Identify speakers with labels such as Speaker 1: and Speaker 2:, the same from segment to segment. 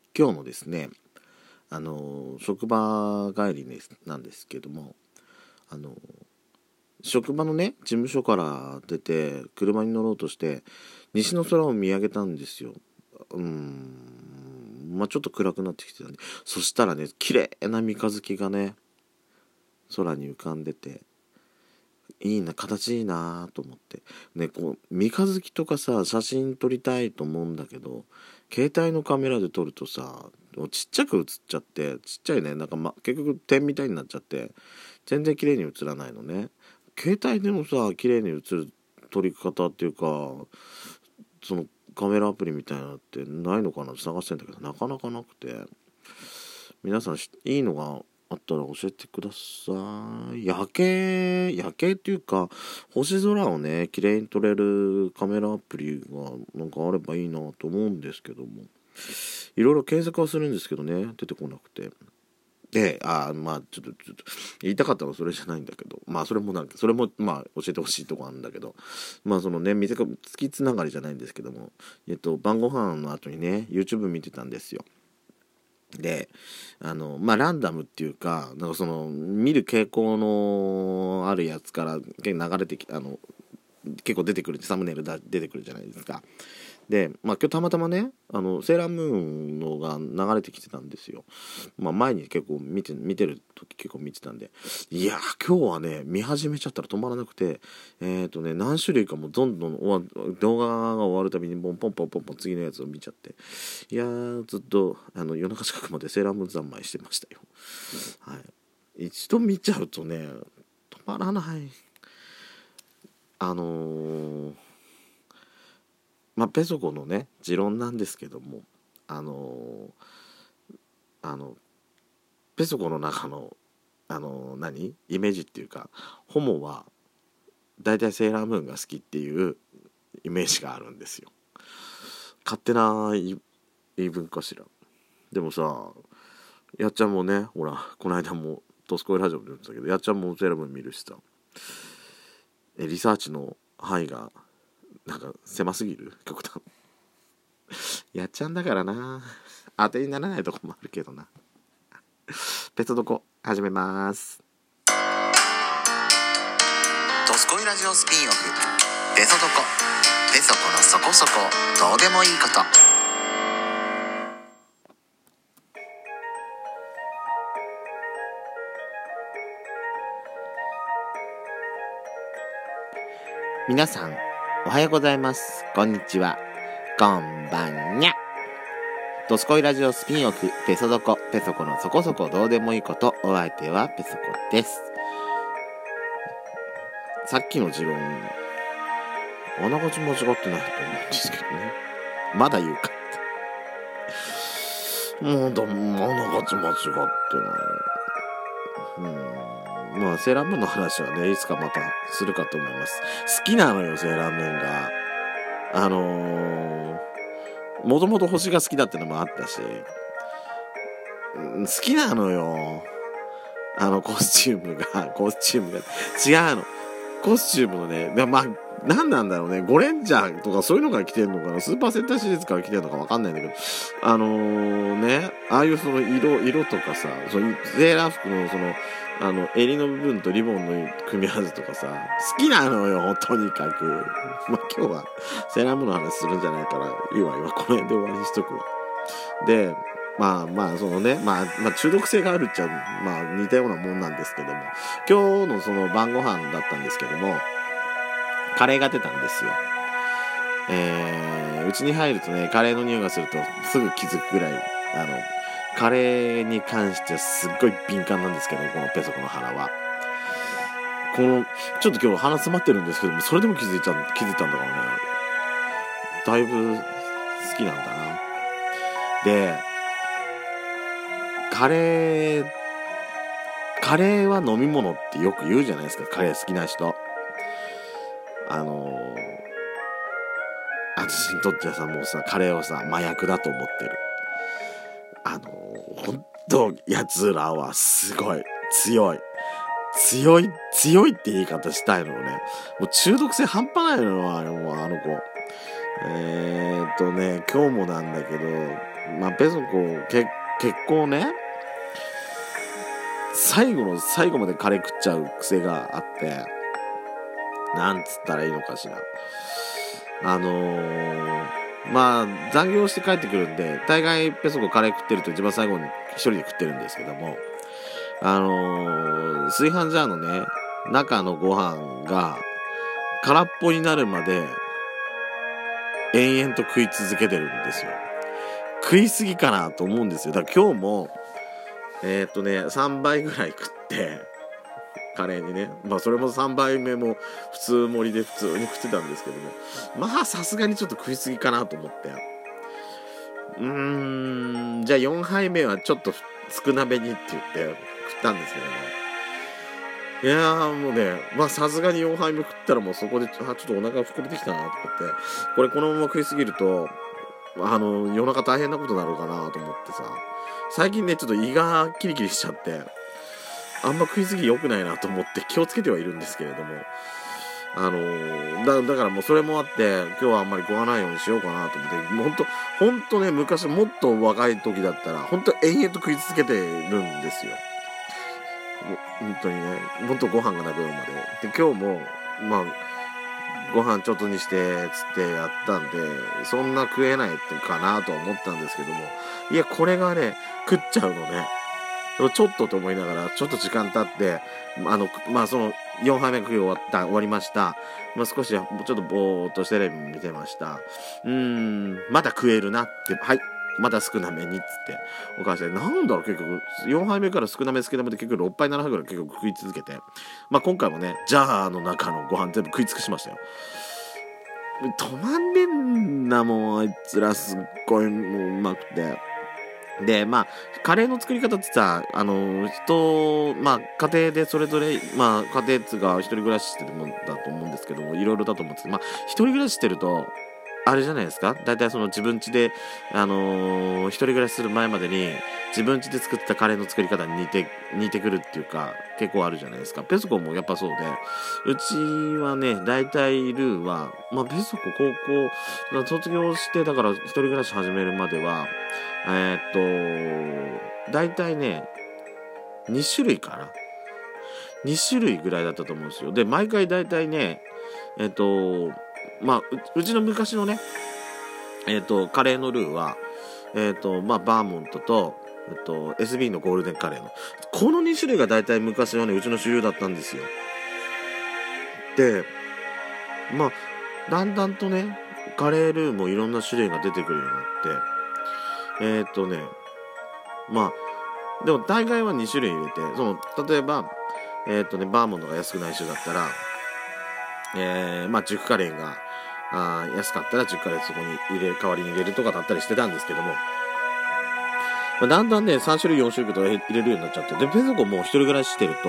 Speaker 1: 今日のですね、職場帰りなんですけども、職場のね、事務所から出て車に乗ろうとして西の空を見上げたんですよ。ちょっと暗くなってきてたんで、そしたらね、綺麗な三日月がね、空に浮かんでて、いいな、形いいなと思ってね。こう三日月とかさ、写真撮りたいと思うんだけど、携帯のカメラで撮るとさ、ちっちゃく写っちゃって、ちっちゃいね、結局点みたいになっちゃって全然綺麗に写らないのね。携帯でもさ、綺麗に写る撮り方っていうか、そのカメラアプリみたいなのってないのかなって探してんだけど、なかなかなくて、皆さんいいのがあったら教えてください。夜景っていうか、星空をね、綺麗に撮れるカメラアプリがなんかあればいいなと思うんですけども、いろいろ検索はするんですけどね、出てこなくて。で、ちょっと言いたかったのはそれじゃないんだけど、それも教えてほしいとこあるんだけど、そのね、月つながりじゃないんですけども、晩ご飯の後にね、YouTube 見てたんですよ。で、ランダムっていうか、その見る傾向のあるやつから流れてき結構出てくる、サムネイル出てくるじゃないですか。で、今日たまたまね、セーラームーンのが流れてきてたんですよ。前に結構見てる時結構見てたんで、いや今日はね、見始めちゃったら止まらなくて、何種類かもどんどん動画が終わるたびにポンポン次のやつを見ちゃって、いやずっと夜中近くまでセーラームーン三昧してましたよ。はい。一度見ちゃうとね、止まらない。ペソコのね、持論なんですけども、ペソコの中のイメージっていうか、ホモはだいたいセーラームーンが好きっていうイメージがあるんですよ。勝手な言い分かしら。でもさ、やっちゃんもね、ほらこの間もドスコイラジオで言ってたけど、やっちゃんもセーラームーン見るしさ、リサーチの範囲が狭すぎる、極端。やっちゃんだからな、当てにならないとこもあるけどな。ペソドコ始めます。
Speaker 2: ドスコイラジオスピンオフ、ペソドコ、ペソコのそこそこどうでもいいこと。
Speaker 1: 皆さんおはようございます、こんにちは、こんばんにゃ。ドスコイラジオスピンオフ、ペソドコ、ペソコのそこそこどうでもいいこと。お相手はペソコです。さっきの持論あながち間違ってないと思うんですけどね。まだ言うかってもうあながち間違ってない。セーラームーンの話はね、いつかまたするかと思います。好きなのよ、セーラームーンが。もともと星が好きだってのもあったし、好きなのよ。コスチュームが違うの。コスチュームのね、何なんだろうね、ゴレンジャーとかそういうのから来てんのかな、スーパー戦隊シリーズから来てんのか分かんないんだけど、ああいうその色とかさ、セーラー服のその襟の部分とリボンの組み合わせとかさ、好きなのよ、とにかく。今日はセーラームーンの話するんじゃないから、いいわ、この辺で終わりにしとくわ。で、そのね、中毒性があるっちゃ、似たようなもんなんですけども、今日のその晩ご飯だったんですけども、カレーが出たんですよ。うちに入るとね、カレーの匂いがするとすぐ気づくぐらい、カレーに関してはすっごい敏感なんですけど、このペソコの腹は。ちょっと今日鼻詰まってるんですけども、それでも気づいたんだからね、だいぶ好きなんだな。で、カレーは飲み物ってよく言うじゃないですか、カレー好きな人。私にとってはさ、もうさ、カレーをさ、麻薬だと思ってる。ほんと、奴らはすごい、強いって言い方したいのよね。もう中毒性半端ないのよ、もうあの子。今日もなんだけど、 ペソコ結構ね、最後の最後までカレー食っちゃう癖があって、なんつったらいいのかしら。残業して帰ってくるんで、大概ペソコカレー食ってると一番最後に一人で食ってるんですけども、炊飯ジャーのね、中のご飯が空っぽになるまで延々と食い続けてるんですよ。食いすぎかなと思うんですよ。だから今日も3杯ぐらい食ってカレーにね、それも3杯目も普通盛りで普通に食ってたんですけども、さすがにちょっと食いすぎかなと思って、じゃあ4杯目はちょっと少なめにって言って食ったんですけども、いやーもうね、さすがに4杯目食ったらもうそこでちょっとお腹膨れてきたなと思って、これこのまま食いすぎると夜中大変なことになるかなと思ってさ、最近ねちょっと胃がキリキリしちゃって、あんま食いすぎ良くないなと思って気をつけてはいるんですけれども、だからもうそれもあって今日はあんまり食わないようにしようかなと思って、もうほんとね、昔もっと若い時だったらほんと延々と食い続けてるんですよ。本当にね、もっとご飯がなくなるまで。で今日もご飯ちょっとにしてつってやったんで、そんな食えないかなとは思ったんですけども、いやこれがね食っちゃうのね。ちょっとと思いながらちょっと時間経ってその4杯目食い終わりました。少しちょっとぼーっとテレビ見てました。まだ食えるなって、はい、まだ少なめにっつってお母さん、なんだろう、結局4杯目から少なめで結局6杯7杯ぐらい結局食い続けて、今回もねジャーの中のご飯全部食い尽くしましたよ。止まんねんな、もうあいつらすっごいもううまくて。でカレーの作り方ってさ、家庭でそれぞれ家庭つが一人暮らししてるもんだと思うんですけども、いろいろだと思うんですけど、一人暮らししてるとあれじゃないですか、だいたいその自分家で一人暮らしする前までに自分家で作ったカレーの作り方に似てくるっていうか結構あるじゃないですか。ペソコもやっぱそうで、うちはねだいたいルーはペソコ高校卒業して、だから一人暮らし始めるまではだいたいね2種類かな、2種類ぐらいだったと思うんですよ。で毎回だいたいねうちの昔のねカレーのルーはバーモントとSB のゴールデンカレーのこの2種類がだいたい昔はねうちの主流だったんですよ。でだんだんとねカレールーもいろんな種類が出てくるようになって、でも大概は2種類入れて、例えばバーモントが安くない種だったら熟カレーが安かったら熟カレーそこに代わりに入れるとかだったりしてたんですけども、だんだんね3種類4種類と入れるようになっちゃって、でペソコも一人暮らししてると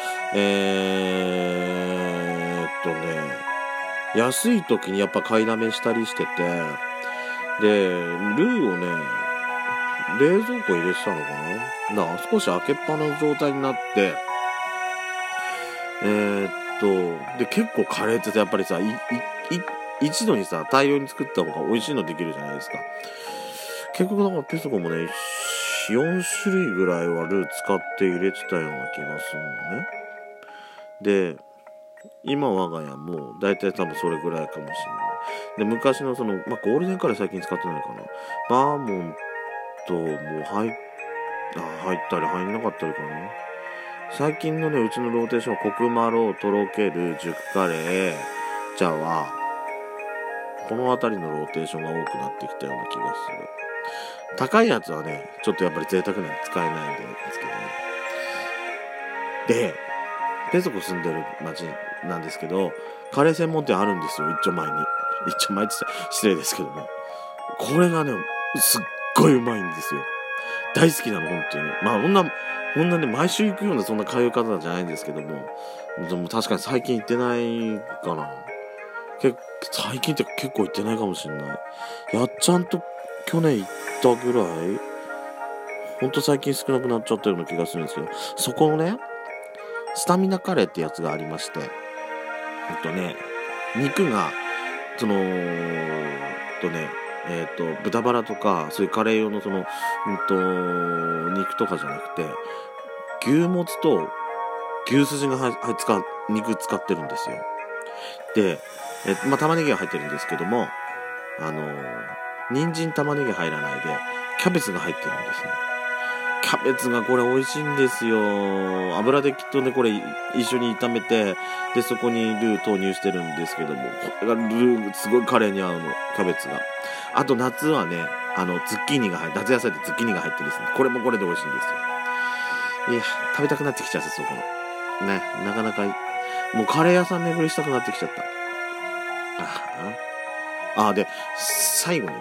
Speaker 1: 安い時にやっぱ買いだめしたりしてて、でルーをね冷蔵庫入れてたのかな、少し開けっぱの状態になって、で結構カレーってやっぱりさ一度にさ大量に作った方が美味しいのできるじゃないですか。結局だからペソコもね4種類ぐらいはルー使って入れてたような気がするのね。で今我が家もだいたい多分それぐらいかもしれない。で昔のゴールデンカレー最近使ってないかな、バーモントも入ったり入んなかったりかな。最近のねうちのローテーションはコクマロとろける熟カレージャワ、この辺りのローテーションが多くなってきたような気がする。高いやつはねちょっとやっぱり贅沢なんで使えないんですけどね。でペソコ住んでる町なんですけどカレー専門店あるんですよ。一丁前って失礼ですけども、これがねすっごいうまいんですよ。大好きなの本当に。こんなね毎週行くようなそんな通い方じゃないんですけども、でも確かに最近行ってないかな。最近って結構行ってないかもしれない。やっちゃんと去年行ったぐらい、ほんと最近少なくなっちゃったような気がするんですけど、そこのねスタミナカレーってやつがありまして、肉が豚バラとかそういうカレー用の肉とかじゃなくて、牛もつと牛すじが肉使ってるんですよ。で、玉ねぎが入ってるんですけども、人参玉ねぎ入らないでキャベツが入ってるんですね。キャベツがこれ美味しいんですよ。油できっとねこれ一緒に炒めて、でそこにルー投入してるんですけども、これがすごいカレーに合うの、キャベツが。あと夏はねズッキーニが夏野菜でズッキーニが入ってですね、これもこれで美味しいんですよ。いや食べたくなってきちゃうそこのね、なかなかもうカレー屋さん巡りしたくなってきちゃった。で最後に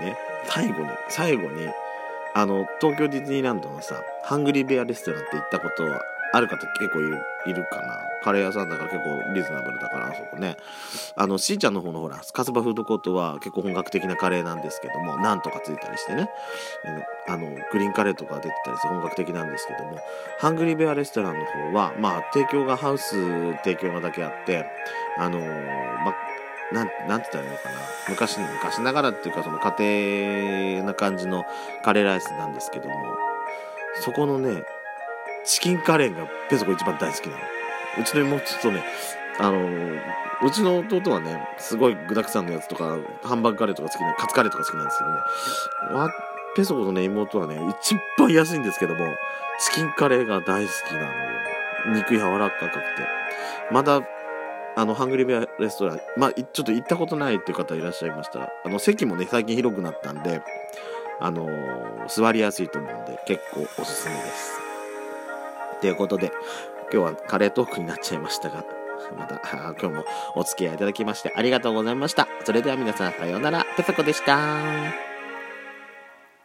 Speaker 1: 東京ディズニーランドのさハングリーベアレストランって行ったことはある方結構いるかな。カレー屋さんだから結構リーズナブルだから、あそこねしーちゃんの方のほらカスバフードコートは結構本格的なカレーなんですけども、なんとかついたりしてね、グリーンカレーとか出てたりして本格的なんですけども、ハングリーベアレストランの方は提供がハウス提供がだけあってなんて言ったらいいのかな、昔ながらっていうかその家庭な感じのカレーライスなんですけども、そこのねチキンカレーがペソコ一番大好きなの。うちの妹とねうちの弟はねすごい具沢山のやつとかハンバーグカレーとか好きな、カツカレーとか好きなんですけどね、ペソコとね妹はね一番安いんですけどもチキンカレーが大好きなのよ。肉柔らかくて、まだハングリーベアレストランちょっと行ったことないっていう方いらっしゃいましたら、席もね最近広くなったんで座りやすいと思うんで結構おすすめです。ということで今日はカレートークになっちゃいましたが、また今日もお付き合いいただきましてありがとうございました。それでは皆さんさようなら。ペソコでした。